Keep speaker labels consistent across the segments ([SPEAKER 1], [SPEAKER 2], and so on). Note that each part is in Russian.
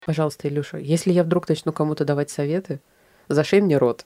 [SPEAKER 1] Пожалуйста, Илюша, если я вдруг начну кому-то давать советы, зашей мне рот.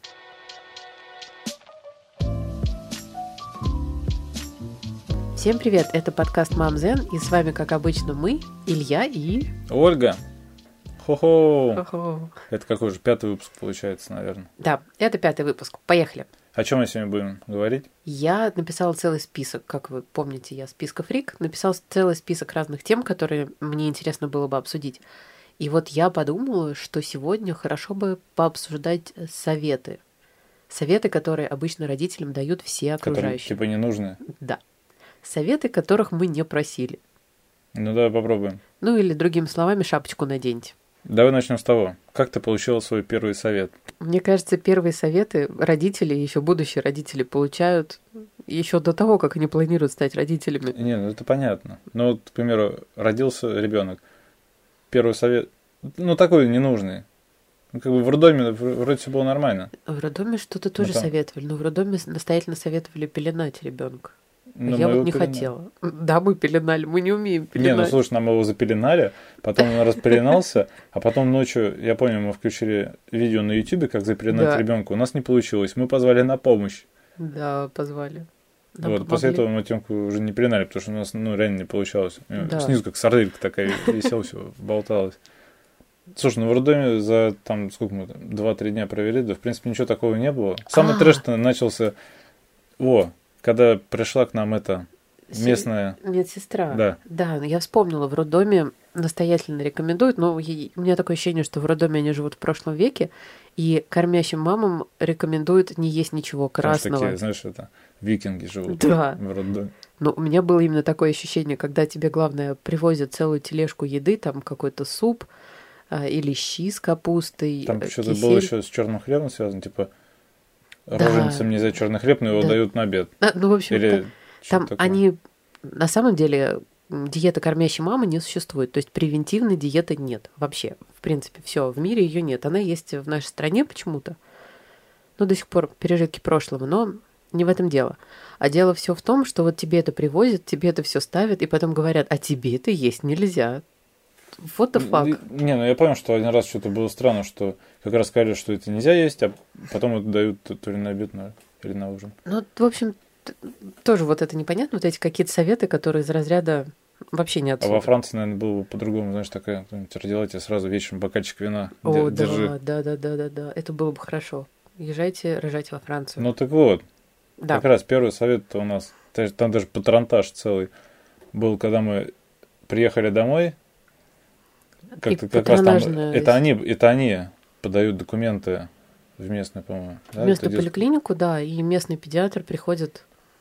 [SPEAKER 1] Всем привет, это подкаст «Мам Зен», и с вами, как обычно, мы, Илья и...
[SPEAKER 2] Ольга. Хо-хо.
[SPEAKER 1] Хо-хо.
[SPEAKER 2] Это какой же 5-й выпуск получается, наверное.
[SPEAKER 1] Да, это 5-й выпуск. Поехали.
[SPEAKER 2] О чем мы сегодня будем говорить?
[SPEAKER 1] Я написала целый список, как вы помните, я спискофрик, написала целый список разных тем, которые мне интересно было бы обсудить. И вот я подумала, что сегодня хорошо бы пообсуждать советы. Советы, которые обычно родителям дают все окружающие.
[SPEAKER 2] Которые типа не нужны.
[SPEAKER 1] Да. Советы, которых мы не просили.
[SPEAKER 2] Ну давай попробуем.
[SPEAKER 1] Ну или другими словами, шапочку наденьте.
[SPEAKER 2] Давай начнем с того. Как ты получила свой первый совет?
[SPEAKER 1] Мне кажется, первые советы родители, еще будущие родители, получают еще до того, как они планируют стать родителями.
[SPEAKER 2] Не, ну это понятно. Ну вот, к примеру, родился ребенок. Первый совет, ну такой ненужный. Ну, как бы в роддоме вроде все было нормально.
[SPEAKER 1] В роддоме что-то тоже
[SPEAKER 2] там...
[SPEAKER 1] советовали, но в роддоме настоятельно советовали пеленать ребенка.
[SPEAKER 2] Но
[SPEAKER 1] я вот не
[SPEAKER 2] пеленали.
[SPEAKER 1] хотела. Да, мы пеленали, мы не умеем пеленать.
[SPEAKER 2] Не, ну слушай, нам его запеленали, потом он распеленался, а потом ночью, я помню, мы включили видео на YouTube, как запеленать ребенка. У нас не получилось. Мы позвали на помощь.
[SPEAKER 1] Да, позвали.
[SPEAKER 2] Вот, после этого мы Тёмку уже не пеленали, потому что у нас реально не получалось.
[SPEAKER 1] Да.
[SPEAKER 2] Снизу как сарделька такая висела, все болталось. Слушай, ну в роддоме за там, сколько мы там, 2-3 дня провели, да, в принципе, ничего такого не было. Самый трэш-то начался, когда пришла к нам эта местная...
[SPEAKER 1] Медсестра. Да, я вспомнила, в роддоме настоятельно рекомендуют, но у меня такое ощущение, что в роддоме они живут в прошлом веке, и кормящим мамам рекомендуют не есть ничего красного.
[SPEAKER 2] Такие, знаешь, это викинги живут в роддоме.
[SPEAKER 1] Но у меня было именно такое ощущение, когда тебе, главное, привозят целую тележку еды, там какой-то суп или щи с капустой,
[SPEAKER 2] там что-то было еще с черным хлебом связано, типа роженицам нельзя черный хлеб, но его дают на обед.
[SPEAKER 1] Ну, в общем,
[SPEAKER 2] или
[SPEAKER 1] там они, на самом деле, диета кормящей мамы не существует, то есть превентивной диеты нет вообще, в принципе, все, в мире ее нет. Она есть в нашей стране почему-то, но до сих пор пережитки прошлого, но не в этом дело. А дело все в том, что вот тебе это привозят, тебе это все ставят, и потом говорят, а тебе это есть нельзя. What the fuck?
[SPEAKER 2] Не, ну я понял, что один раз что-то было странно, что как раз сказали, что это нельзя есть, а потом это дают то ли на обед, или на ужин.
[SPEAKER 1] Ну, в общем, тоже вот это непонятно, вот эти какие-то советы, которые из разряда вообще не отсюда.
[SPEAKER 2] А во Франции, наверное, было бы по-другому, знаешь, такая, родила тебе сразу вечером бокальчик вина.
[SPEAKER 1] О,
[SPEAKER 2] держи.
[SPEAKER 1] Да, это было бы хорошо. Езжайте, рожайте во Францию.
[SPEAKER 2] Ну так вот,
[SPEAKER 1] да.
[SPEAKER 2] Как раз первый совет-то у нас, там даже патронтаж целый был, когда мы приехали домой. Как раз там, это они подают документы в местную, по-моему.
[SPEAKER 1] В местную поликлинику, да, и местный педиатр приходит.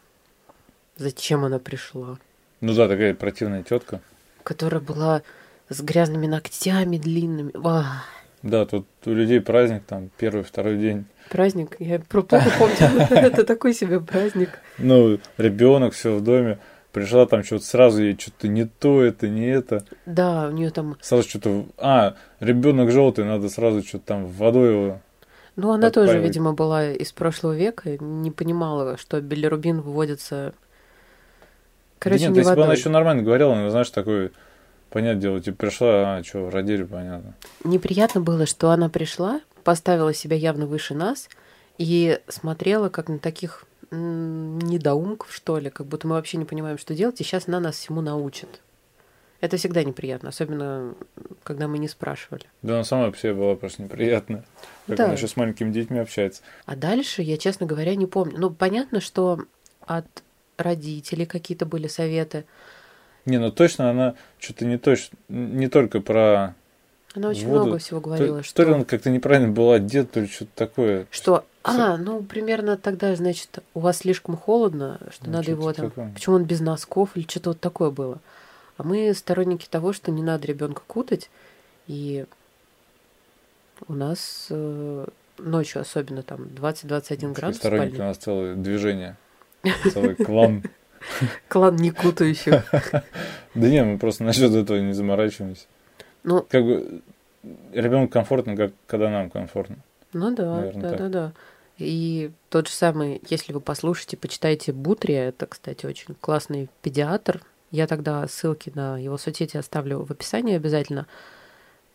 [SPEAKER 1] Зачем она пришла?
[SPEAKER 2] Ну да, такая противная тетка.
[SPEAKER 1] Которая была с грязными ногтями длинными.
[SPEAKER 2] Да, тут у людей праздник, там, 1-2 день.
[SPEAKER 1] Праздник? Я плохо помню. Это такой себе праздник.
[SPEAKER 2] Ну, ребенок, все в доме. Пришла там что-то сразу, ей что-то не то, это, не это.
[SPEAKER 1] Да, у нее там...
[SPEAKER 2] Сразу что-то... ребенок желтый, надо сразу что-то там водой его...
[SPEAKER 1] Ну, она тоже, видимо, была из прошлого века, не понимала, что билирубин выводится... Короче,
[SPEAKER 2] да нет,
[SPEAKER 1] не
[SPEAKER 2] если
[SPEAKER 1] водой.
[SPEAKER 2] бы она еще нормально говорила, она, знаешь, такой... Понятное дело, типа пришла, родили, понятно.
[SPEAKER 1] Неприятно было, что она пришла, поставила себя явно выше нас и смотрела как на таких... недоумков, что ли, как будто мы вообще не понимаем, что делать, и сейчас она нас всему научит. Это всегда неприятно, особенно, когда мы не спрашивали.
[SPEAKER 2] Да, она сама по себе была просто неприятная. Как она еще с маленькими детьми общается.
[SPEAKER 1] А дальше, я, честно говоря, не помню. Ну, понятно, что от родителей какие-то были советы.
[SPEAKER 2] Не, ну точно она что-то не только про...
[SPEAKER 1] Она очень много всего говорила.
[SPEAKER 2] То ли он как-то неправильно был одет, то ли что-то такое.
[SPEAKER 1] Что? Примерно тогда, значит, у вас слишком холодно, что надо его там...
[SPEAKER 2] Такое.
[SPEAKER 1] Почему он без носков или что-то вот такое было. А мы сторонники того, что не надо ребенка кутать. И у нас ночью особенно там 20-21 градус.
[SPEAKER 2] Сторонники у нас целое движение. Целый клан.
[SPEAKER 1] Клан не кутающих.
[SPEAKER 2] Да не, мы просто насчет этого не заморачиваемся.
[SPEAKER 1] Ну,
[SPEAKER 2] как бы ребенку комфортно, как когда нам комфортно.
[SPEAKER 1] Ну да, да. И тот же самый, если вы послушаете, почитайте Бутрия, это, кстати, очень классный педиатр. Я тогда ссылки на его соцсети оставлю в описании обязательно.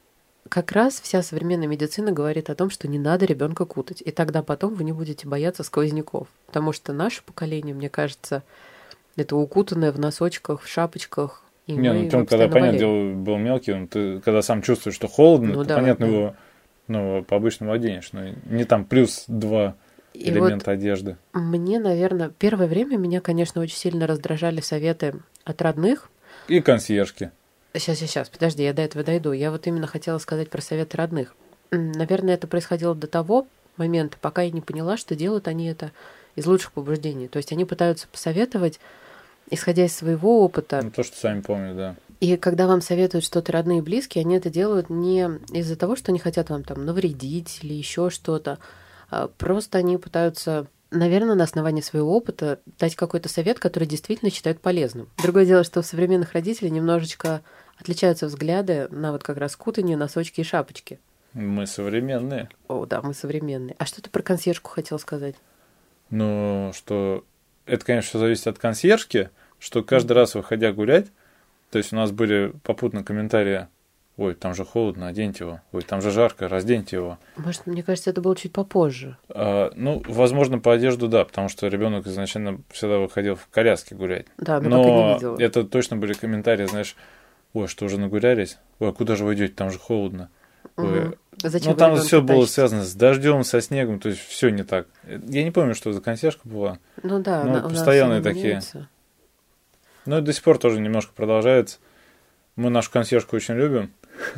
[SPEAKER 1] как раз вся современная медицина говорит о том, что не надо ребенка кутать. И тогда потом вы не будете бояться сквозняков. Потому что наше поколение, мне кажется, это укутанное в носочках, в шапочках. И
[SPEAKER 2] Не,
[SPEAKER 1] мы
[SPEAKER 2] ну Тём, когда, понятное дело, был мелкий, ты когда сам чувствуешь, что холодно,
[SPEAKER 1] Ну
[SPEAKER 2] то,
[SPEAKER 1] да,
[SPEAKER 2] понятно,
[SPEAKER 1] да.
[SPEAKER 2] его по-обычному оденешь. Но не там плюс 2
[SPEAKER 1] И
[SPEAKER 2] элемента одежды.
[SPEAKER 1] мне, наверное, первое время меня, конечно, очень сильно раздражали советы от родных.
[SPEAKER 2] И консьержки.
[SPEAKER 1] Сейчас, подожди, я до этого дойду. Я вот именно хотела сказать про советы родных. Наверное, это происходило до того момента, пока я не поняла, что делают они это из лучших побуждений. То есть они пытаются посоветовать, исходя из своего опыта.
[SPEAKER 2] Ну, то, что сами помнят, да.
[SPEAKER 1] И когда вам советуют что-то родные и близкие, они это делают не из-за того, что они хотят вам там навредить или еще что-то. Просто они пытаются, наверное, на основании своего опыта дать какой-то совет, который действительно считают полезным. Другое дело, что у современных родителей немножечко отличаются взгляды на вот как раз кутанье, носочки и шапочки.
[SPEAKER 2] Мы современные.
[SPEAKER 1] О, да, мы современные. А что ты про консьержку хотел сказать?
[SPEAKER 2] Ну, что это, конечно, все зависит от консьержки, что каждый раз, выходя гулять, то есть у нас были попутно комментарии: ой, там же холодно, оденьте его. Ой, там же жарко, разденьте его.
[SPEAKER 1] Может, мне кажется, это было чуть попозже.
[SPEAKER 2] Ну, возможно, по одежду, да, потому что ребенок изначально всегда выходил в коляске гулять.
[SPEAKER 1] Да, но пока не видела.
[SPEAKER 2] Это точно были комментарии, знаешь: ой, что уже нагулялись? Ой, а куда же вы идете? Там же холодно. Ой,
[SPEAKER 1] Зачем
[SPEAKER 2] там
[SPEAKER 1] ребёнка
[SPEAKER 2] все было
[SPEAKER 1] тащите?
[SPEAKER 2] связано с дождем, со снегом, то есть все не так. Я не помню, что за консьержка была.
[SPEAKER 1] Ну да,
[SPEAKER 2] Ну,
[SPEAKER 1] у нас
[SPEAKER 2] постоянные
[SPEAKER 1] она
[SPEAKER 2] такие.
[SPEAKER 1] меняется.
[SPEAKER 2] Но это до сих пор тоже немножко продолжается. Мы нашу консьержку очень любим.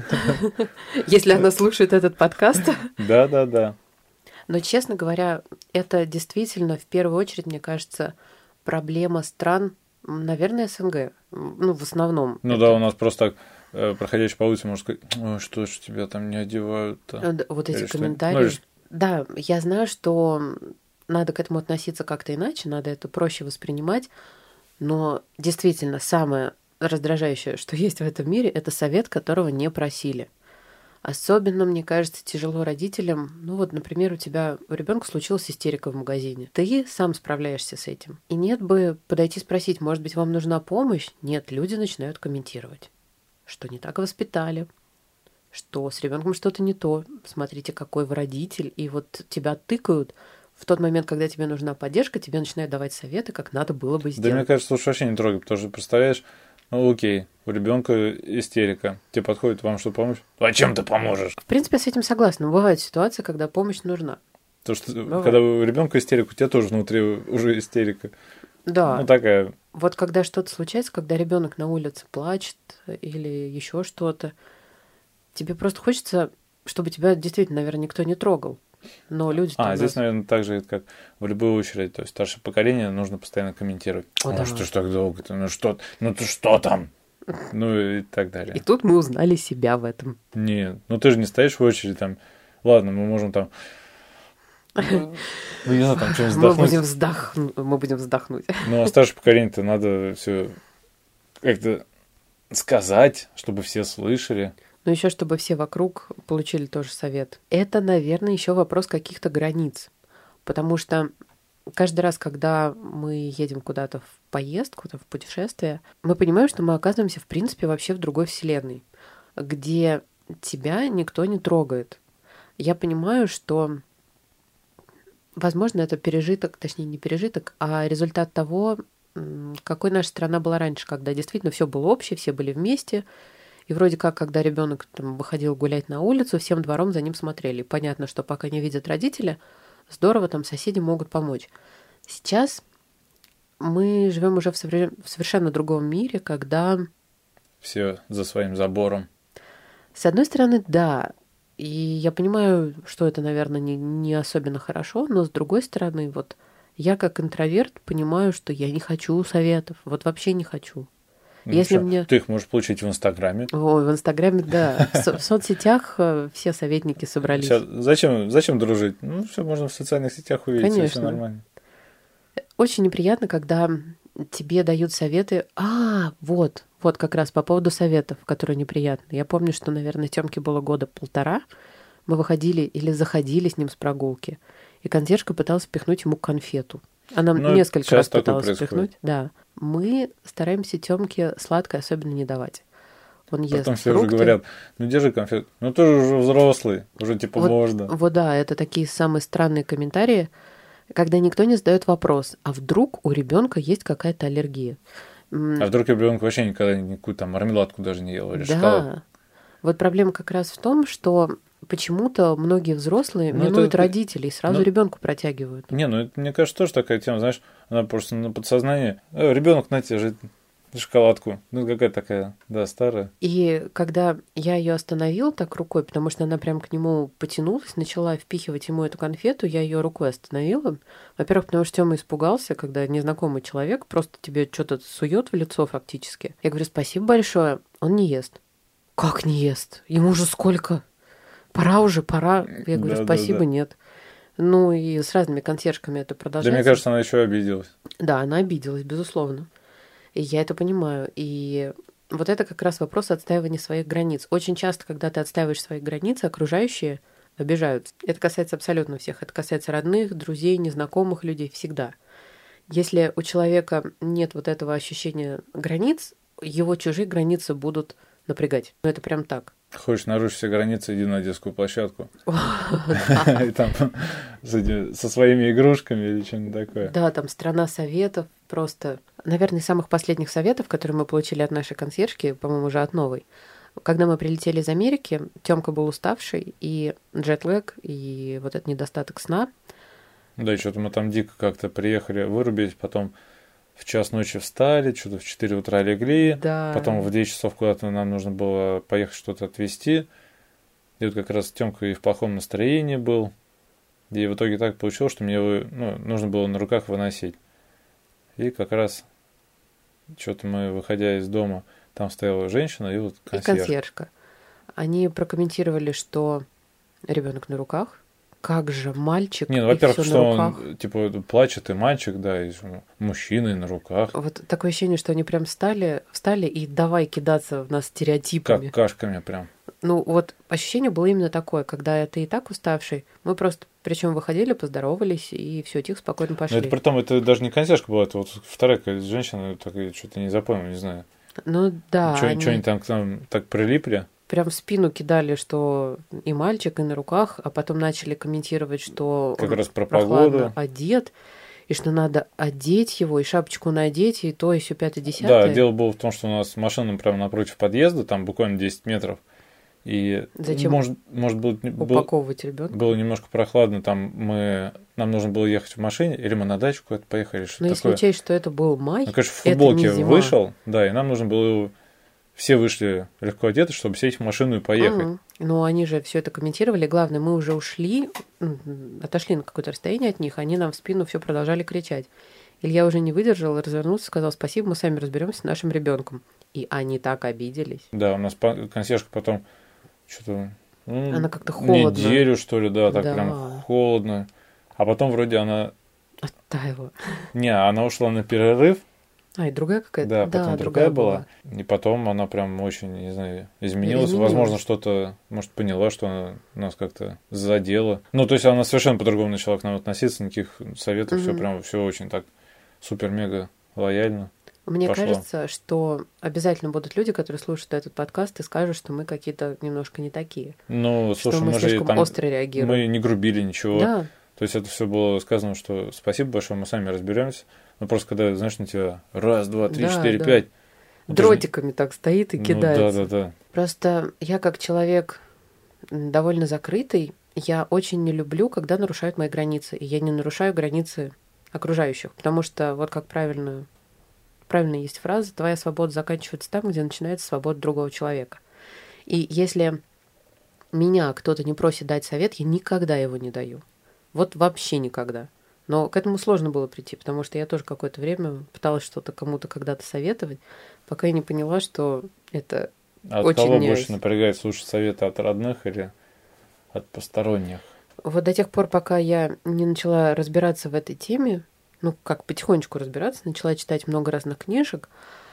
[SPEAKER 1] Если она слушает этот подкаст.
[SPEAKER 2] Да.
[SPEAKER 1] Но, честно говоря, это действительно, в первую очередь, мне кажется, проблема стран, наверное, СНГ. Ну, в основном.
[SPEAKER 2] Ну
[SPEAKER 1] это...
[SPEAKER 2] да, у нас просто так, проходящий по улице, может сказать: ой, что ж тебя там не одевают-то?
[SPEAKER 1] Вот эти
[SPEAKER 2] Или что?
[SPEAKER 1] комментарии.
[SPEAKER 2] Ну, или что?
[SPEAKER 1] Да, я знаю, что надо к этому относиться как-то иначе, надо это проще воспринимать, но действительно самое раздражающее, что есть в этом мире, это совет, которого не просили. Особенно, мне кажется, тяжело родителям. Ну вот, например, у ребенка случилась истерика в магазине. Ты сам справляешься с этим. И нет бы подойти спросить: может быть, вам нужна помощь? Нет, люди начинают комментировать, что не так воспитали, что с ребенком что-то не то. Смотрите, какой вы родитель. И вот тебя тыкают. В тот момент, когда тебе нужна поддержка, тебе начинают давать советы, как надо было бы
[SPEAKER 2] Да,
[SPEAKER 1] сделать.
[SPEAKER 2] мне кажется, лучше вообще не трогай, потому что, представляешь, ну окей, у ребенка истерика, тебе подходит, вам что, помочь? А чем ты поможешь?
[SPEAKER 1] В принципе, я с этим согласна. Бывают ситуации, когда помощь нужна.
[SPEAKER 2] Потому что
[SPEAKER 1] Бывает.
[SPEAKER 2] когда у ребенка истерика, у тебя тоже внутри уже истерика.
[SPEAKER 1] Да.
[SPEAKER 2] Ну такая.
[SPEAKER 1] Вот когда что-то случается, когда ребенок на улице плачет или еще что-то, тебе просто хочется, чтобы тебя действительно, наверное, никто не трогал. Но люди...
[SPEAKER 2] Здесь, наверное, так же, как в любую очередь. То есть старшее поколение нужно постоянно комментировать.
[SPEAKER 1] Да.
[SPEAKER 2] Что ж так долго-то? Ну ты что там? Ну и так далее.
[SPEAKER 1] И тут мы узнали себя в этом.
[SPEAKER 2] Нет, ну ты же не стоишь в очереди там. Ладно, мы можем там... Ну, не знаю, там что-нибудь вздохнуть.
[SPEAKER 1] Мы будем вздохнуть.
[SPEAKER 2] Ну, а старшее поколение-то надо все как-то сказать, чтобы все слышали.
[SPEAKER 1] Но еще чтобы все вокруг получили тоже совет. Это, наверное, еще вопрос каких-то границ. Потому что каждый раз, когда мы едем куда-то в поездку, в путешествие, мы понимаем, что мы оказываемся, в принципе, вообще в другой вселенной, где тебя никто не трогает. Я понимаю, что, возможно, это пережиток, точнее, не пережиток, а результат того, какой наша страна была раньше, когда действительно все было общее, все были вместе. И вроде как, когда ребенок там выходил гулять на улицу, всем двором за ним смотрели. Понятно, что пока не видят родители, здорово, там соседи могут помочь. Сейчас мы живем уже в совершенно другом мире, когда...
[SPEAKER 2] Все за своим забором.
[SPEAKER 1] С одной стороны, да. И я понимаю, что это, наверное, не особенно хорошо, но с другой стороны, вот я как интроверт понимаю, что я не хочу советов. Вот вообще не хочу.
[SPEAKER 2] Ну,
[SPEAKER 1] Если
[SPEAKER 2] что,
[SPEAKER 1] мне...
[SPEAKER 2] Ты их можешь получить в Инстаграме.
[SPEAKER 1] Ой, в Инстаграме, да. В соцсетях все советники собрались.
[SPEAKER 2] Сейчас, зачем дружить? Ну, все можно в социальных сетях увидеть,
[SPEAKER 1] Конечно.
[SPEAKER 2] все нормально.
[SPEAKER 1] Очень неприятно, когда тебе дают советы. Вот как раз по поводу советов, которые неприятны. Я помню, что, наверное, Тёмке было 1.5 года. Мы выходили или заходили с ним с прогулки, и консьержка пыталась впихнуть ему конфету. Она несколько раз пыталась впихнуть. Да. Мы стараемся Тёмке сладкое особенно не давать. он ест
[SPEAKER 2] Потом все
[SPEAKER 1] фрукты.
[SPEAKER 2] уже говорят, ну держи конфету. Ну ты же уже взрослый, уже типа можно.
[SPEAKER 1] Вот да, это такие самые странные комментарии, когда никто не задает вопрос, а вдруг у ребенка есть какая-то аллергия?
[SPEAKER 2] А вдруг ребенок вообще никогда никакую там мармеладку даже не ел или шоколад?
[SPEAKER 1] Да. Вот проблема как раз в том, что почему-то многие взрослые
[SPEAKER 2] Ну,
[SPEAKER 1] минуют
[SPEAKER 2] это-
[SPEAKER 1] родителей и сразу
[SPEAKER 2] ну-
[SPEAKER 1] ребенку протягивают.
[SPEAKER 2] Не, ну это, мне кажется, тоже такая тема, знаешь, она просто на подсознании. Ребенок, на тебе же шоколадку. Ну, какая-то такая, да, старая.
[SPEAKER 1] И когда я ее остановила так рукой, потому что она прям к нему потянулась, начала впихивать ему эту конфету, я ее рукой остановила. Во-первых, потому что Тёма испугался, когда незнакомый человек просто тебе что-то сует в лицо фактически. Я говорю, спасибо большое, он не ест. Как не ест? Ему уже сколько? Пора уже, пора. Я говорю,
[SPEAKER 2] Да, да,
[SPEAKER 1] спасибо,
[SPEAKER 2] да.
[SPEAKER 1] нет. Ну и с разными консьержками это
[SPEAKER 2] Да,
[SPEAKER 1] продолжается.
[SPEAKER 2] мне кажется, она еще обиделась.
[SPEAKER 1] Да, она обиделась, безусловно. И я это понимаю. И вот это как раз вопрос отстаивания своих границ. Очень часто, когда ты отстаиваешь свои границы, окружающие обижаются. Это касается абсолютно всех. Это касается родных, друзей, незнакомых людей, всегда. Если у человека нет вот этого ощущения границ, его чужие границы будут напрягать. Ну, это прям так.
[SPEAKER 2] Хочешь нарушить все границы, иди на детскую площадку. И там со своими игрушками или что-нибудь такое.
[SPEAKER 1] Да, там страна советов просто. Наверное, из самых последних советов, которые мы получили от нашей консьержки, по-моему, уже от новой. Когда мы прилетели из Америки, Тёмка был уставший, и джетлэг, и вот этот недостаток сна.
[SPEAKER 2] Да, и что-то мы там дико как-то приехали, вырубились, потом в час ночи встали, что-то в 4 утра легли,
[SPEAKER 1] Да.
[SPEAKER 2] потом в 9 часов куда-то нам нужно было поехать что-то отвезти. И вот как раз Тёмка и в плохом настроении был. И в итоге так получилось, что мне нужно было на руках выносить. И как раз что-то мы, выходя из дома, там стояла женщина и вот
[SPEAKER 1] И
[SPEAKER 2] консьерж.
[SPEAKER 1] консьержка. Они прокомментировали, что ребенок на руках. Как же мальчик,
[SPEAKER 2] Не, ну,
[SPEAKER 1] и
[SPEAKER 2] во-первых,
[SPEAKER 1] всё
[SPEAKER 2] что
[SPEAKER 1] на руках.
[SPEAKER 2] он, типа, плачет и мальчик, да, и мужчина и на руках,
[SPEAKER 1] Вот такое ощущение, что они прям встали и давай кидаться в нас стереотипами.
[SPEAKER 2] как кашками прям.
[SPEAKER 1] Ну, вот ощущение было именно такое, когда ты и так уставший. Мы просто, причем выходили, поздоровались, и все, тихо, спокойно
[SPEAKER 2] Но
[SPEAKER 1] пошли.
[SPEAKER 2] это притом, это даже не консьержка была, это вот вторая какая-то женщина, так я что-то не запомнил, не знаю.
[SPEAKER 1] Ну да,
[SPEAKER 2] Что они там к нам так прилипли?
[SPEAKER 1] прям в спину кидали, что и мальчик, и на руках, а потом начали комментировать, что
[SPEAKER 2] Как
[SPEAKER 1] он
[SPEAKER 2] раз про
[SPEAKER 1] прохладно
[SPEAKER 2] погоду.
[SPEAKER 1] одет, и что надо одеть его, и шапочку надеть, и то, и все, пятое,
[SPEAKER 2] Да,
[SPEAKER 1] десятое.
[SPEAKER 2] дело было в том, что у нас машина прямо напротив подъезда, там буквально 10 метров. И
[SPEAKER 1] Зачем
[SPEAKER 2] может
[SPEAKER 1] упаковывать ребенка?
[SPEAKER 2] было немножко прохладно, нам нужно было ехать в машине, или мы на дачу куда-то поехали,
[SPEAKER 1] Но
[SPEAKER 2] что-то
[SPEAKER 1] если
[SPEAKER 2] такое.
[SPEAKER 1] учесть, что это был май,
[SPEAKER 2] Ну, конечно, в
[SPEAKER 1] это не
[SPEAKER 2] футболке
[SPEAKER 1] зима.
[SPEAKER 2] вышел, да, и нам нужно было... Все вышли легко одеты, чтобы сесть в машину и поехать.
[SPEAKER 1] Мгм. Но они же все это комментировали. Главное, мы уже ушли, отошли на какое-то расстояние от них, они нам в спину все продолжали кричать. Илья уже не выдержал, развернулся, сказал: спасибо, мы сами разберемся с нашим ребенком. И они так обиделись.
[SPEAKER 2] Да, у нас консьержка потом что-то...
[SPEAKER 1] Она как-то холодно.
[SPEAKER 2] Неделю, что ли, да, так
[SPEAKER 1] Да.
[SPEAKER 2] прям холодно. А потом вроде она...
[SPEAKER 1] Оттаяла.
[SPEAKER 2] Она ушла на перерыв,
[SPEAKER 1] А, и другая какая-то?
[SPEAKER 2] да, потом другая была. И потом она прям очень, не знаю, изменилась. Возможно, что-то, может, поняла, что она нас как-то задела. Ну, то есть она совершенно по-другому начала к нам относиться, никаких советов, все прям, все очень так супер-мега лояльно.
[SPEAKER 1] Мне
[SPEAKER 2] пошло.
[SPEAKER 1] кажется, что обязательно будут люди, которые слушают этот подкаст и скажут, что мы какие-то немножко не такие.
[SPEAKER 2] Ну, слушай,
[SPEAKER 1] что мы
[SPEAKER 2] мы же
[SPEAKER 1] слишком
[SPEAKER 2] там...
[SPEAKER 1] остро реагируем.
[SPEAKER 2] Мы не грубили ничего.
[SPEAKER 1] Да.
[SPEAKER 2] То есть это все было сказано, что спасибо большое, мы сами разберемся. Но просто когда, знаешь, на тебя 1, 2, 3,
[SPEAKER 1] Да,
[SPEAKER 2] 4,
[SPEAKER 1] да.
[SPEAKER 2] 5.
[SPEAKER 1] Дротиками так стоит и кидается.
[SPEAKER 2] Да.
[SPEAKER 1] Просто я как человек довольно закрытый, я очень не люблю, когда нарушают мои границы. И я не нарушаю границы окружающих. Потому что, вот как правильно есть фраза: твоя свобода заканчивается там, где начинается свобода другого человека. И если меня кто-то не просит дать совет, я никогда его не даю. Вот вообще никогда. Но к этому сложно было прийти, потому что я тоже какое-то время пыталась что-то кому-то когда-то советовать, пока я не поняла, что это
[SPEAKER 2] От
[SPEAKER 1] очень
[SPEAKER 2] кого
[SPEAKER 1] не...
[SPEAKER 2] больше напрягает слушать советы, от родных или от посторонних?
[SPEAKER 1] Вот до тех пор, пока я не начала разбираться в этой теме, ну, как потихонечку разбираться, начала читать много разных книжек,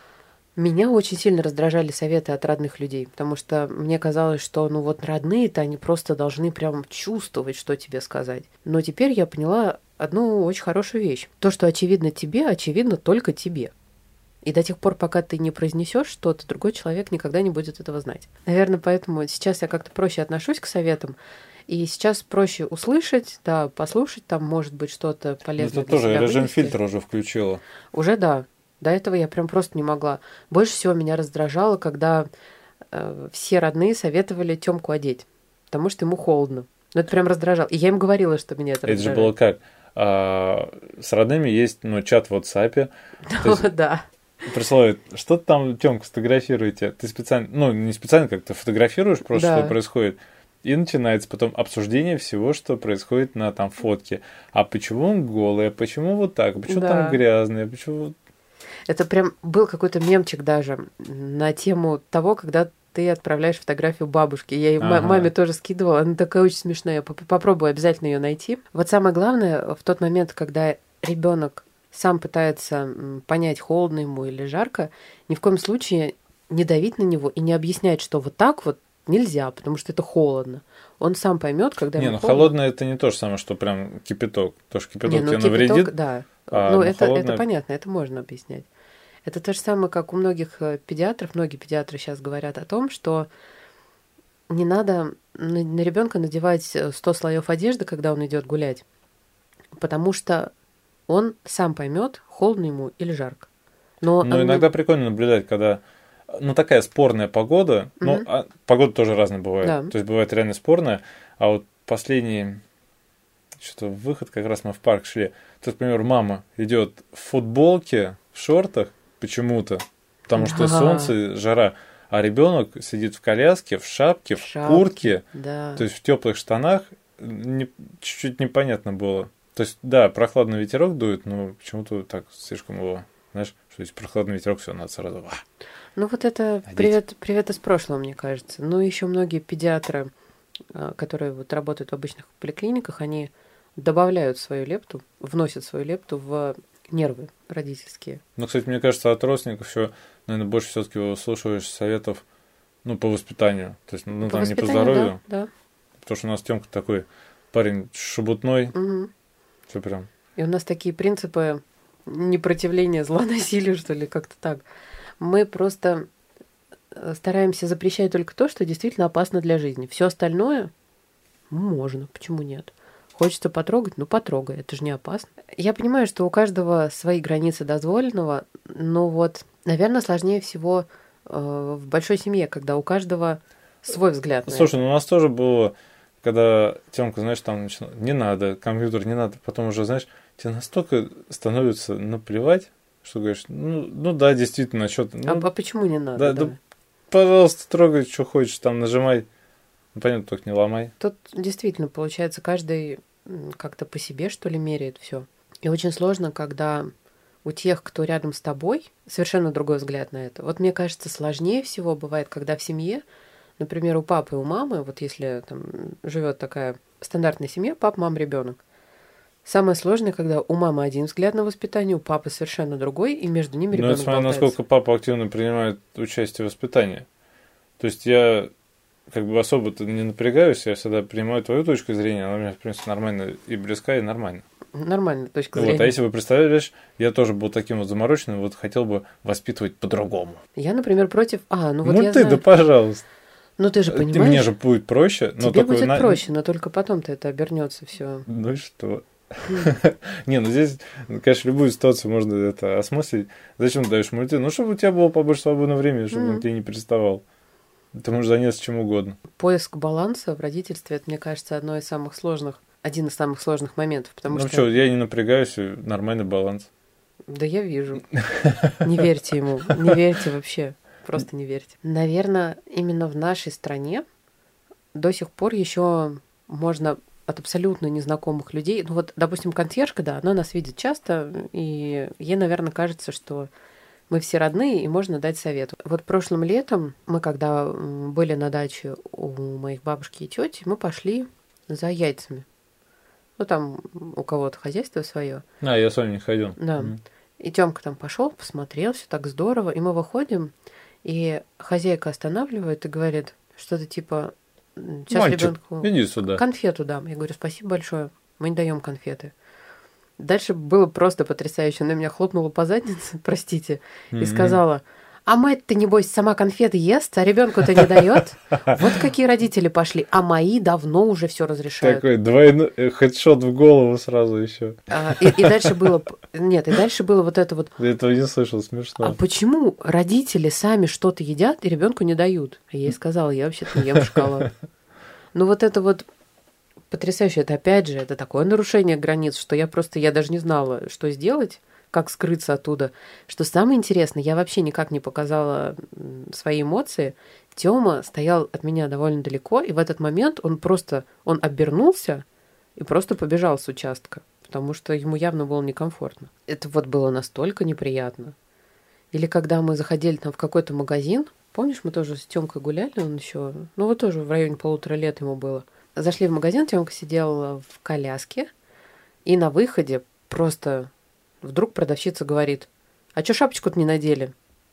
[SPEAKER 1] меня очень сильно раздражали советы от родных людей, потому что мне казалось, что, ну, вот родные-то, они просто должны прям чувствовать, что тебе сказать. Но теперь я поняла одну очень хорошую вещь. То, что очевидно тебе, очевидно только тебе. И до тех пор, пока ты не произнесешь что-то, другой человек никогда не будет этого знать. Наверное, поэтому сейчас я как-то проще отношусь к советам. И сейчас проще услышать, да, послушать, там может быть что-то полезное.
[SPEAKER 2] Это тоже режим фильтра уже включила.
[SPEAKER 1] Уже да. До этого я прям просто не могла. Больше всего меня раздражало, когда все родные советовали Тёмку одеть, потому что ему холодно. Ну, это прям раздражало. И я им говорила, что меня это раздражает.
[SPEAKER 2] Это же было как? С родными есть чат в WhatsApp.
[SPEAKER 1] Да.
[SPEAKER 2] Присылают, что там, Тёмка, сфотографируете? Ты специально, не специально как-то фотографируешь просто, что происходит. И начинается потом обсуждение всего, что происходит на там фотке. А почему он голый? А почему вот так? А почему там грязный? А почему...
[SPEAKER 1] Это прям был какой-то мемчик даже на тему того, когда ты отправляешь фотографию бабушке. Я ее маме тоже скидывала. Она такая очень смешная. Я попробую обязательно ее найти. Вот самое главное, в тот момент, когда ребенок сам пытается понять, холодно ему или жарко, ни в коем случае не давить на него и не объяснять, что вот так вот нельзя, потому что это холодно. Он сам поймет, когда ему холодно.
[SPEAKER 2] Холодное это не то же самое, что прям кипяток. То, что кипяток тебе навредит.
[SPEAKER 1] Да. Это понятно, это можно объяснять. Это то же самое, как у многих педиатров. Многие педиатры сейчас говорят о том, что не надо на ребенка надевать 100 слоев одежды, когда он идет гулять, потому что он сам поймет, холодно ему или жарко. Но
[SPEAKER 2] иногда прикольно наблюдать, когда такая спорная погода. Погода тоже разная бывает.
[SPEAKER 1] Да.
[SPEAKER 2] То есть бывает реально спорная. А вот последний что-то выход, как раз мы в парк шли. То, например, мама идет в футболке, в шортах почему-то, потому что солнце, жара. А ребенок сидит в коляске, в шапке, в куртке,
[SPEAKER 1] да.
[SPEAKER 2] То есть в теплых штанах. Чуть-чуть непонятно было. То есть, да, прохладный ветерок дует, но почему-то так слишком его, знаешь, что есть прохладный ветерок, все, надо сразу.
[SPEAKER 1] Ну вот это привет из прошлого, мне кажется. Ну еще многие педиатры, которые вот работают в обычных поликлиниках, они добавляют свою лепту, вносят свою лепту в нервы родительские.
[SPEAKER 2] Ну, кстати, мне кажется, от родственников еще, наверное, больше все-таки выслушиваешь советов, по воспитанию. То есть, там не по здоровью.
[SPEAKER 1] Да.
[SPEAKER 2] Потому что у нас Тёмка такой парень шебутной.
[SPEAKER 1] Угу.
[SPEAKER 2] Все прям.
[SPEAKER 1] И у нас такие принципы непротивления зла, насилию, что ли, как-то так. Мы просто стараемся запрещать только то, что действительно опасно для жизни. Все остальное можно, почему нет? Хочется потрогать, потрогай, это же не опасно. Я понимаю, что у каждого свои границы дозволенного, но вот, наверное, сложнее всего в большой семье, когда у каждого свой взгляд на
[SPEAKER 2] Слушай, у нас тоже было, когда Тёмка, знаешь, там начинал, не надо, компьютер не надо, потом уже, знаешь, тебе настолько становится наплевать, что говоришь, да, действительно, что-то...
[SPEAKER 1] А почему не надо?
[SPEAKER 2] Да, пожалуйста, трогай, что хочешь, там нажимай. Понятно, только не ломай.
[SPEAKER 1] Тут действительно, получается, каждый как-то по себе, что ли, меряет все. И очень сложно, когда у тех, кто рядом с тобой, совершенно другой взгляд на это. Вот мне кажется, сложнее всего бывает, когда в семье, например, у папы и у мамы, вот если там живет такая стандартная семья, папа, мама, ребенок. Самое сложное, когда у мамы один взгляд на воспитание, у папы совершенно другой, и между ними ребенок
[SPEAKER 2] болтается. Насколько папа активно принимает участие в воспитании. То есть я особо-то не напрягаюсь, я всегда принимаю твою точку зрения, она мне, в принципе, нормально и близка, и нормально.
[SPEAKER 1] Нормальная точка зрения.
[SPEAKER 2] А если вы представляешь, я тоже был таким вот замороченным, хотел бы воспитывать по-другому.
[SPEAKER 1] Я, например, против...
[SPEAKER 2] да пожалуйста.
[SPEAKER 1] Ты же понимаешь...
[SPEAKER 2] Мне же будет проще.
[SPEAKER 1] Тебе будет проще, но только потом-то это обернется все.
[SPEAKER 2] Ну и что? Здесь, конечно, любую ситуацию можно это осмыслить. Зачем ты даешь мульти? Чтобы у тебя было побольше свободного времени, чтобы он тебе не приставал. Ты можешь заняться чем угодно.
[SPEAKER 1] Поиск баланса в родительстве, это, мне кажется, один из самых сложных моментов. Потому
[SPEAKER 2] что... я не напрягаюсь, нормальный баланс.
[SPEAKER 1] Да я вижу. Не верьте ему. Не верьте вообще. Просто не верьте. Наверное, именно в нашей стране до сих пор еще можно от абсолютно незнакомых людей... допустим, консьержка, да, она нас видит часто, и ей, наверное, кажется, что мы все родные, и можно дать совет. Вот прошлым летом мы, когда были на даче у моих бабушки и тети, мы пошли за яйцами. Там у кого-то хозяйство свое.
[SPEAKER 2] Я с вами не ходил.
[SPEAKER 1] Да. И Тёмка там пошел, посмотрел, все так здорово. И мы выходим, и хозяйка останавливает и говорит что-то типа: сейчас
[SPEAKER 2] мальчик,
[SPEAKER 1] ребенку
[SPEAKER 2] иди сюда.
[SPEAKER 1] Конфету дам. Я говорю: спасибо большое, мы не даем конфеты. Дальше было просто потрясающе. Она меня хлопнула по заднице, простите, и сказала: а мать-то, небось, сама конфеты ест, а ребенку-то не дает. Вот какие родители пошли. А мои давно уже все разрешают.
[SPEAKER 2] Такой двойной хедшот в голову сразу еще.
[SPEAKER 1] И дальше было... Нет, и дальше было вот это вот...
[SPEAKER 2] Я этого не слышал, смешно.
[SPEAKER 1] А почему родители сами что-то едят и ребенку не дают? А я ей сказала: я вообще-то не ем шоколад. Ну вот это вот потрясающе. Это опять же, это такое нарушение границ, что я даже не знала, что сделать, как скрыться оттуда. Что самое интересное, я вообще никак не показала свои эмоции. Тёма стоял от меня довольно далеко, и в этот момент он обернулся и просто побежал с участка, потому что ему явно было некомфортно. Это вот было настолько неприятно. Или когда мы заходили там в какой-то магазин, помнишь, мы тоже с Тёмкой гуляли, он еще, ну вот тоже в районе 1,5 лет ему было. Зашли в магазин, Тёмка сидел в коляске, и на выходе просто вдруг продавщица говорит: а чё шапочку-то не надели?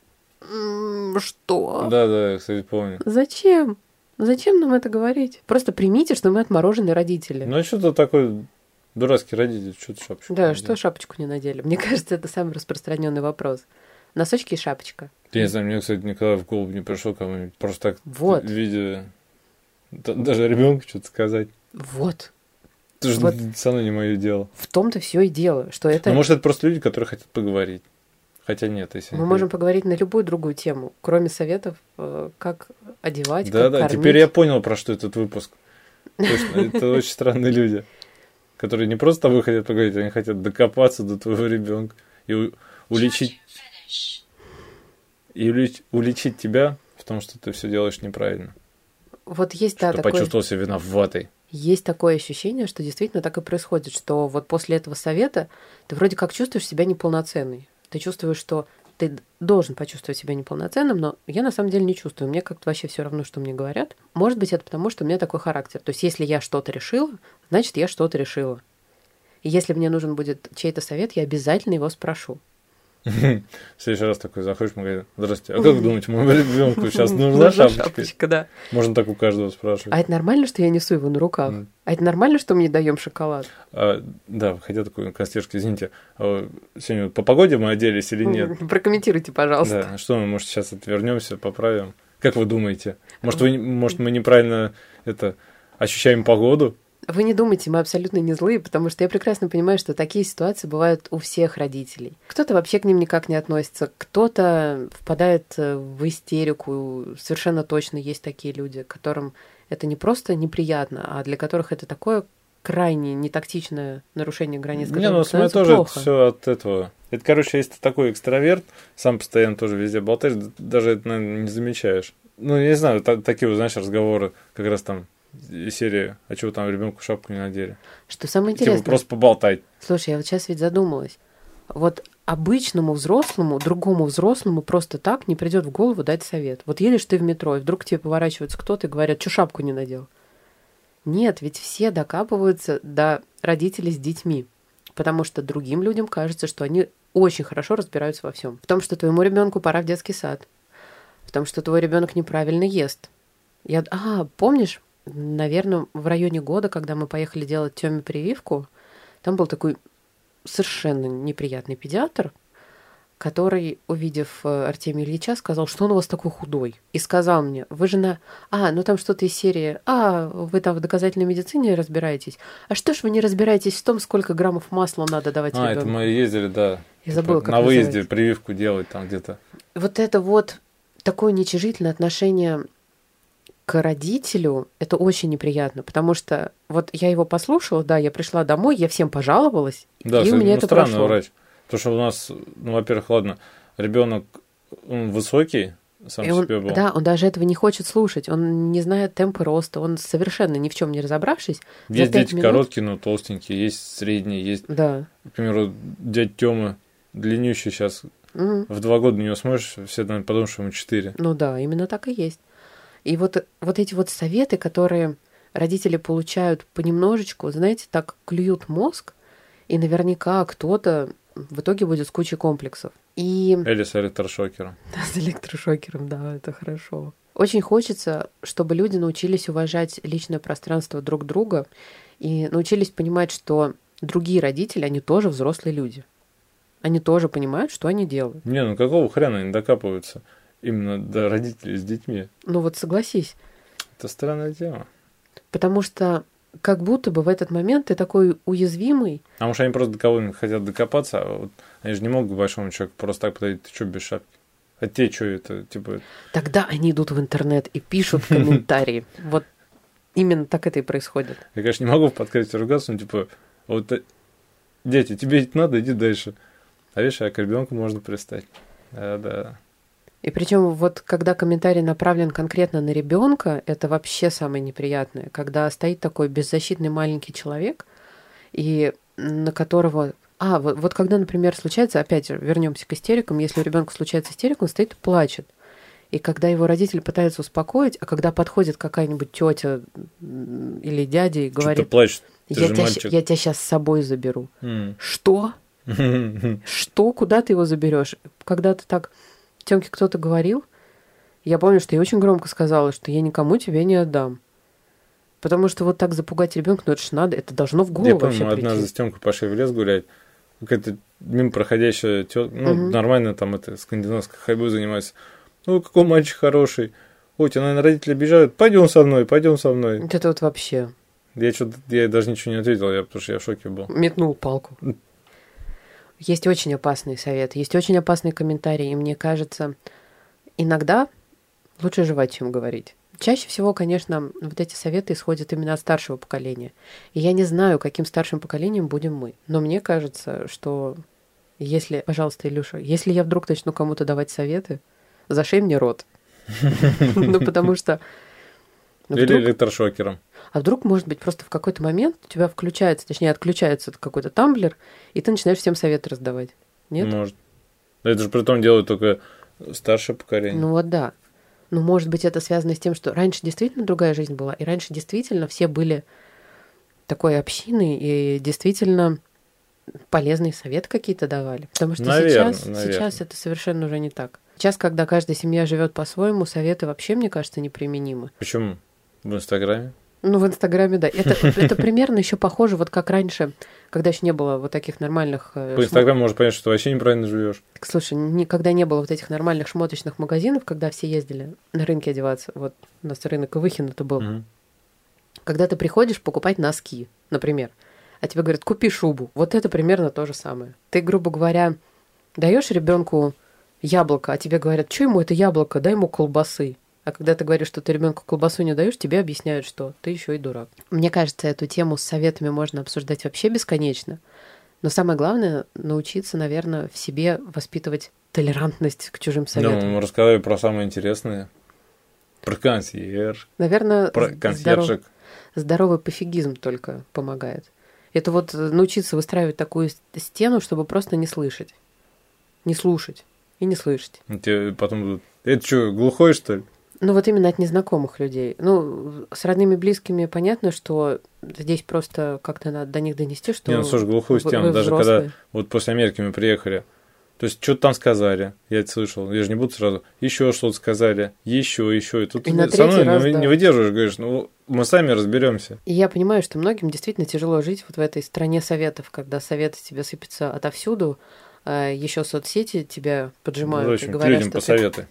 [SPEAKER 1] Что?
[SPEAKER 2] Да, я, кстати, помню.
[SPEAKER 1] Зачем? Зачем нам это говорить? Просто примите, что мы отмороженные родители.
[SPEAKER 2] Ну, а что-то такой дурацкий родитель, что-то шапочку.
[SPEAKER 1] Да, что шапочку не надели? Мне кажется, это самый распространенный вопрос. Носочки и шапочка.
[SPEAKER 2] Я не знаю, мне, кстати, никогда в голову не пришло кому-нибудь просто так
[SPEAKER 1] вот.
[SPEAKER 2] в виде... Даже ребенку что-то сказать.
[SPEAKER 1] Вот.
[SPEAKER 2] Это же со мной не мое дело.
[SPEAKER 1] В том-то все и дело, что это...
[SPEAKER 2] Ну, может, это просто люди, которые хотят поговорить. Хотя нет, если...
[SPEAKER 1] Мы можем поговорить на любую другую тему, кроме советов, как одевать, как
[SPEAKER 2] кормить. Теперь я понял, про что этот выпуск. Точно, это очень странные люди, которые не просто с тобой хотят поговорить, они хотят докопаться до твоего ребенка и уличить тебя в том, что ты все делаешь неправильно.
[SPEAKER 1] Вот есть,
[SPEAKER 2] что почувствовал себя виноватой.
[SPEAKER 1] Есть такое ощущение, что действительно так и происходит, что вот после этого совета ты вроде как чувствуешь себя неполноценной. Ты чувствуешь, что ты должен почувствовать себя неполноценным, но я на самом деле не чувствую. Мне как-то вообще все равно, что мне говорят. Может быть, это потому, что у меня такой характер. То есть, если я что-то решила, значит, я что-то решила. И если мне нужен будет чей-то совет, я обязательно его спрошу.
[SPEAKER 2] В следующий раз такой заходишь в магазин: здравствуйте, а как вы думаете, моему ребенку сейчас нужна шапочка?
[SPEAKER 1] Да.
[SPEAKER 2] Можно так у каждого спрашивать.
[SPEAKER 1] А это нормально, что я несу его на руках? А это нормально, что мы не даем шоколад?
[SPEAKER 2] Да, хотя такой консьержка: извините, сегодня по погоде мы оделись или нет?
[SPEAKER 1] Прокомментируйте, пожалуйста.
[SPEAKER 2] Да, что мы, может, сейчас отвернемся, поправим? Как вы думаете? Может, мы неправильно ощущаем погоду?
[SPEAKER 1] Вы не думайте, мы абсолютно не злые, потому что я прекрасно понимаю, что такие ситуации бывают у всех родителей. Кто-то вообще к ним никак не относится, кто-то впадает в истерику. Совершенно точно есть такие люди, которым это не просто неприятно, а для которых это такое крайне нетактичное нарушение границ.
[SPEAKER 2] Не, ну смотри, тоже все от этого. Это, короче, если ты такой экстраверт, сам постоянно тоже везде болтаешь, даже это, наверное, не замечаешь. Ну, я не знаю, такие, знаешь, разговоры как раз там серии: а чего там ребенку шапку не надели?
[SPEAKER 1] Что самое интересное?
[SPEAKER 2] Типа просто поболтать.
[SPEAKER 1] Слушай, я вот сейчас ведь задумалась. Вот обычному взрослому, другому взрослому просто так не придет в голову дать совет. Вот едешь ты в метро, и вдруг к тебе поворачивается кто-то и говорят: что шапку не надел? Нет, ведь все докапываются до родителей с детьми. Потому что другим людям кажется, что они очень хорошо разбираются во всем. В том, что твоему ребенку пора в детский сад. В том, что твой ребенок неправильно ест. Помнишь, наверное, в районе года, когда мы поехали делать Тёме прививку, там был такой совершенно неприятный педиатр, который, увидев Артемия Ильича, сказал: что он у вас такой худой. И сказал мне: вы же там что-то из серии: вы там в доказательной медицине разбираетесь. А что ж вы не разбираетесь в том, сколько граммов масла надо давать ребенку?
[SPEAKER 2] Это мы ездили, да.
[SPEAKER 1] Я забыла, как
[SPEAKER 2] на выезде
[SPEAKER 1] называется.
[SPEAKER 2] Прививку делать там где-то.
[SPEAKER 1] Вот это вот такое уничижительное отношение к родителю, это очень неприятно, потому что вот я его послушала, да, я пришла домой, я всем пожаловалась,
[SPEAKER 2] да,
[SPEAKER 1] и у меня это
[SPEAKER 2] странно
[SPEAKER 1] прошло.
[SPEAKER 2] Врач. Потому что у нас, во-первых, ладно, ребенок он высокий, сам себе был.
[SPEAKER 1] Да, он даже этого не хочет слушать, он не знает темпа роста, он совершенно ни в чем не разобравшись.
[SPEAKER 2] Есть дети короткие, но толстенькие, есть средние, есть,
[SPEAKER 1] да.
[SPEAKER 2] Например, дядя Тёма длиннющий сейчас, в 2 года на него смотришь, все, наверное, подумают, что ему 4.
[SPEAKER 1] Ну да, именно так и есть. И вот эти вот советы, которые родители получают понемножечку, знаете, так клюют мозг, и наверняка кто-то в итоге будет с кучей комплексов.
[SPEAKER 2] Или с электрошокером.
[SPEAKER 1] Да, с электрошокером, да, это хорошо. Очень хочется, чтобы люди научились уважать личное пространство друг друга и научились понимать, что другие родители, они тоже взрослые люди. Они тоже понимают, что они делают.
[SPEAKER 2] Не, ну какого хрена они докапываются именно до родителей с детьми?
[SPEAKER 1] Ну вот согласись.
[SPEAKER 2] Это странная тема.
[SPEAKER 1] Потому что как будто бы в этот момент ты такой уязвимый.
[SPEAKER 2] А может, они просто до кого-нибудь хотят докопаться, а вот они же не могут к большому человеку просто так подойти, ты что без шапки? А те что это, типа...
[SPEAKER 1] Тогда они идут в интернет и пишут комментарии. Вот именно так это и происходит.
[SPEAKER 2] Я, конечно, не могу в подкасте ругаться, но типа, вот дети, тебе это надо, иди дальше. А видишь, а к ребенку можно пристать. Да.
[SPEAKER 1] И причем вот когда комментарий направлен конкретно на ребенка, это вообще самое неприятное. Когда стоит такой беззащитный маленький человек, и на которого... вот когда, например, случается, опять же, вернемся к истерикам, если у ребенка случается истерика, он стоит и плачет. И когда его родители пытаются успокоить, а когда подходит какая-нибудь тетя или дядя и говорит,
[SPEAKER 2] что-то плачет,
[SPEAKER 1] я тебя сейчас с собой заберу. Что? Что? Куда ты его заберешь? Когда-то так Тёмке кто-то говорил, я помню, что я очень громко сказала, что я никому тебя не отдам. Потому что вот так запугать ребенка, ну это ж надо, это должно в голову вообще прийти.
[SPEAKER 2] Я помню, однажды с Тёмкой пошли в лес гулять, какая-то мимо проходящая тетка, нормально там это скандинавской ходьбой занимается. Ну, какой мальчик хороший. Ой, тебя, наверное, родители обижают. Пойдем со мной.
[SPEAKER 1] Вот это вот вообще.
[SPEAKER 2] Я даже ничего не ответил, потому что я в шоке был.
[SPEAKER 1] Метнул палку. Есть очень опасный совет, есть очень опасные комментарии, и мне кажется, иногда лучше жевать, чем говорить. Чаще всего, конечно, вот эти советы исходят именно от старшего поколения. И я не знаю, каким старшим поколением будем мы. Но мне кажется, что если, пожалуйста, Илюша, если я вдруг начну кому-то давать советы, зашей мне рот. Ну, потому что...
[SPEAKER 2] Или электрошокером.
[SPEAKER 1] А вдруг, может быть, просто в какой-то момент у тебя включается, точнее, отключается какой-то тамблер, и ты начинаешь всем советы раздавать. Нет?
[SPEAKER 2] Может. Это же при том делают только старшее поколение.
[SPEAKER 1] Ну вот да. Ну, может быть, это связано с тем, что раньше действительно другая жизнь была, и раньше действительно все были такой общиной, и действительно полезные советы какие-то давали. Потому что сейчас это совершенно уже не так. Сейчас, когда каждая семья живет по-своему, советы вообще, мне кажется, неприменимы.
[SPEAKER 2] Почему? В Инстаграме?
[SPEAKER 1] Ну, в Инстаграме, да. Это примерно еще похоже, вот как раньше, когда еще не было вот таких нормальных...
[SPEAKER 2] По Инстаграму можно понять, что ты вообще неправильно живешь.
[SPEAKER 1] Слушай, никогда не было вот этих нормальных шмоточных магазинов, когда все ездили на рынке одеваться. Вот у нас рынок Ивыхин это был.
[SPEAKER 2] Угу.
[SPEAKER 1] Когда ты приходишь покупать носки, например, а тебе говорят, купи шубу. Вот это примерно то же самое. Ты, грубо говоря, даешь ребенку яблоко, а тебе говорят, что ему это яблоко, дай ему колбасы. А когда ты говоришь, что ты ребенку колбасу не даешь, тебе объясняют, что ты еще и дурак. Мне кажется, эту тему с советами можно обсуждать вообще бесконечно. Но самое главное научиться, наверное, в себе воспитывать толерантность к чужим советам.
[SPEAKER 2] Да, мы рассказали про самое интересное. Про консьерж.
[SPEAKER 1] Наверное,
[SPEAKER 2] про консьержек.
[SPEAKER 1] Здоровый пофигизм только помогает. Это вот научиться выстраивать такую стену, чтобы просто не слышать. Не слушать и не слышать.
[SPEAKER 2] Тебе потом будут... Это что, глухой, что ли?
[SPEAKER 1] Ну, вот именно от незнакомых людей. Ну, с родными, близкими понятно, что здесь просто как-то надо до них донести, что...
[SPEAKER 2] Не, ну, слушай, глухую стену, даже
[SPEAKER 1] взрослые.
[SPEAKER 2] когда вот после Америки мы приехали, то есть что-то там сказали, я это слышал, я же не буду сразу, еще что-то сказали, еще, и тут
[SPEAKER 1] и на
[SPEAKER 2] со мной
[SPEAKER 1] раз,
[SPEAKER 2] не выдерживаешь, говоришь, ну, мы сами разберемся.
[SPEAKER 1] И я понимаю, что многим действительно тяжело жить вот в этой стране советов, когда советы тебе сыпятся отовсюду, а еще соцсети тебя поджимают,
[SPEAKER 2] в общем,
[SPEAKER 1] и говорят,
[SPEAKER 2] людям
[SPEAKER 1] что
[SPEAKER 2] посоветуй.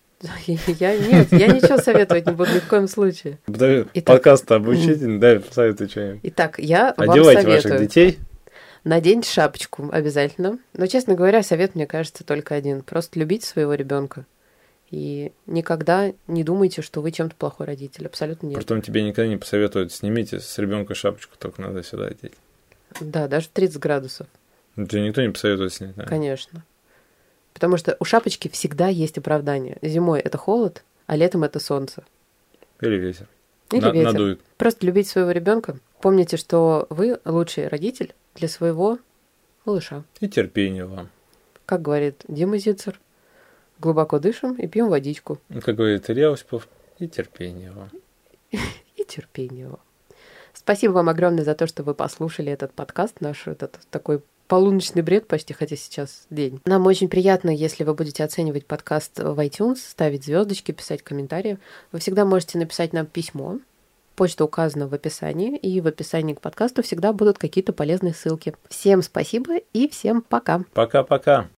[SPEAKER 1] Я ничего советовать не буду ни в коем случае.
[SPEAKER 2] Подкаст обучительный, да, посоветуй что-нибудь.
[SPEAKER 1] Итак, я вам
[SPEAKER 2] Одевайте
[SPEAKER 1] советую.
[SPEAKER 2] ваших детей.
[SPEAKER 1] Наденьте шапочку обязательно. Но, честно говоря, совет, мне кажется, только один. Просто любите своего ребенка. И никогда не думайте, что вы чем-то плохой родитель. Абсолютно нет.
[SPEAKER 2] Притом тебе никогда не посоветуют, снимите с ребенка шапочку, только надо сюда одеть.
[SPEAKER 1] Да, даже в 30 градусов.
[SPEAKER 2] Тебе никто не посоветует снять, да?
[SPEAKER 1] Конечно. Потому что у шапочки всегда есть оправдание. Зимой это холод, а летом это солнце.
[SPEAKER 2] Или ветер.
[SPEAKER 1] Или ветер.
[SPEAKER 2] Надует.
[SPEAKER 1] Просто любите своего ребенка. Помните, что вы лучший родитель для своего малыша.
[SPEAKER 2] И терпение вам.
[SPEAKER 1] Как говорит Дима Зицер, глубоко дышим и пьем водичку.
[SPEAKER 2] Как говорит Илья Осипов, и терпение вам.
[SPEAKER 1] И терпение вам. Спасибо вам огромное за то, что вы послушали этот подкаст, наш этот такой полуночный бред почти, хотя сейчас день. Нам очень приятно, если вы будете оценивать подкаст в iTunes, ставить звездочки, писать комментарии. Вы всегда можете написать нам письмо Почта указана в описании, и в описании к подкасту всегда будут какие-то полезные ссылки. Всем спасибо и всем пока.
[SPEAKER 2] Пока-пока.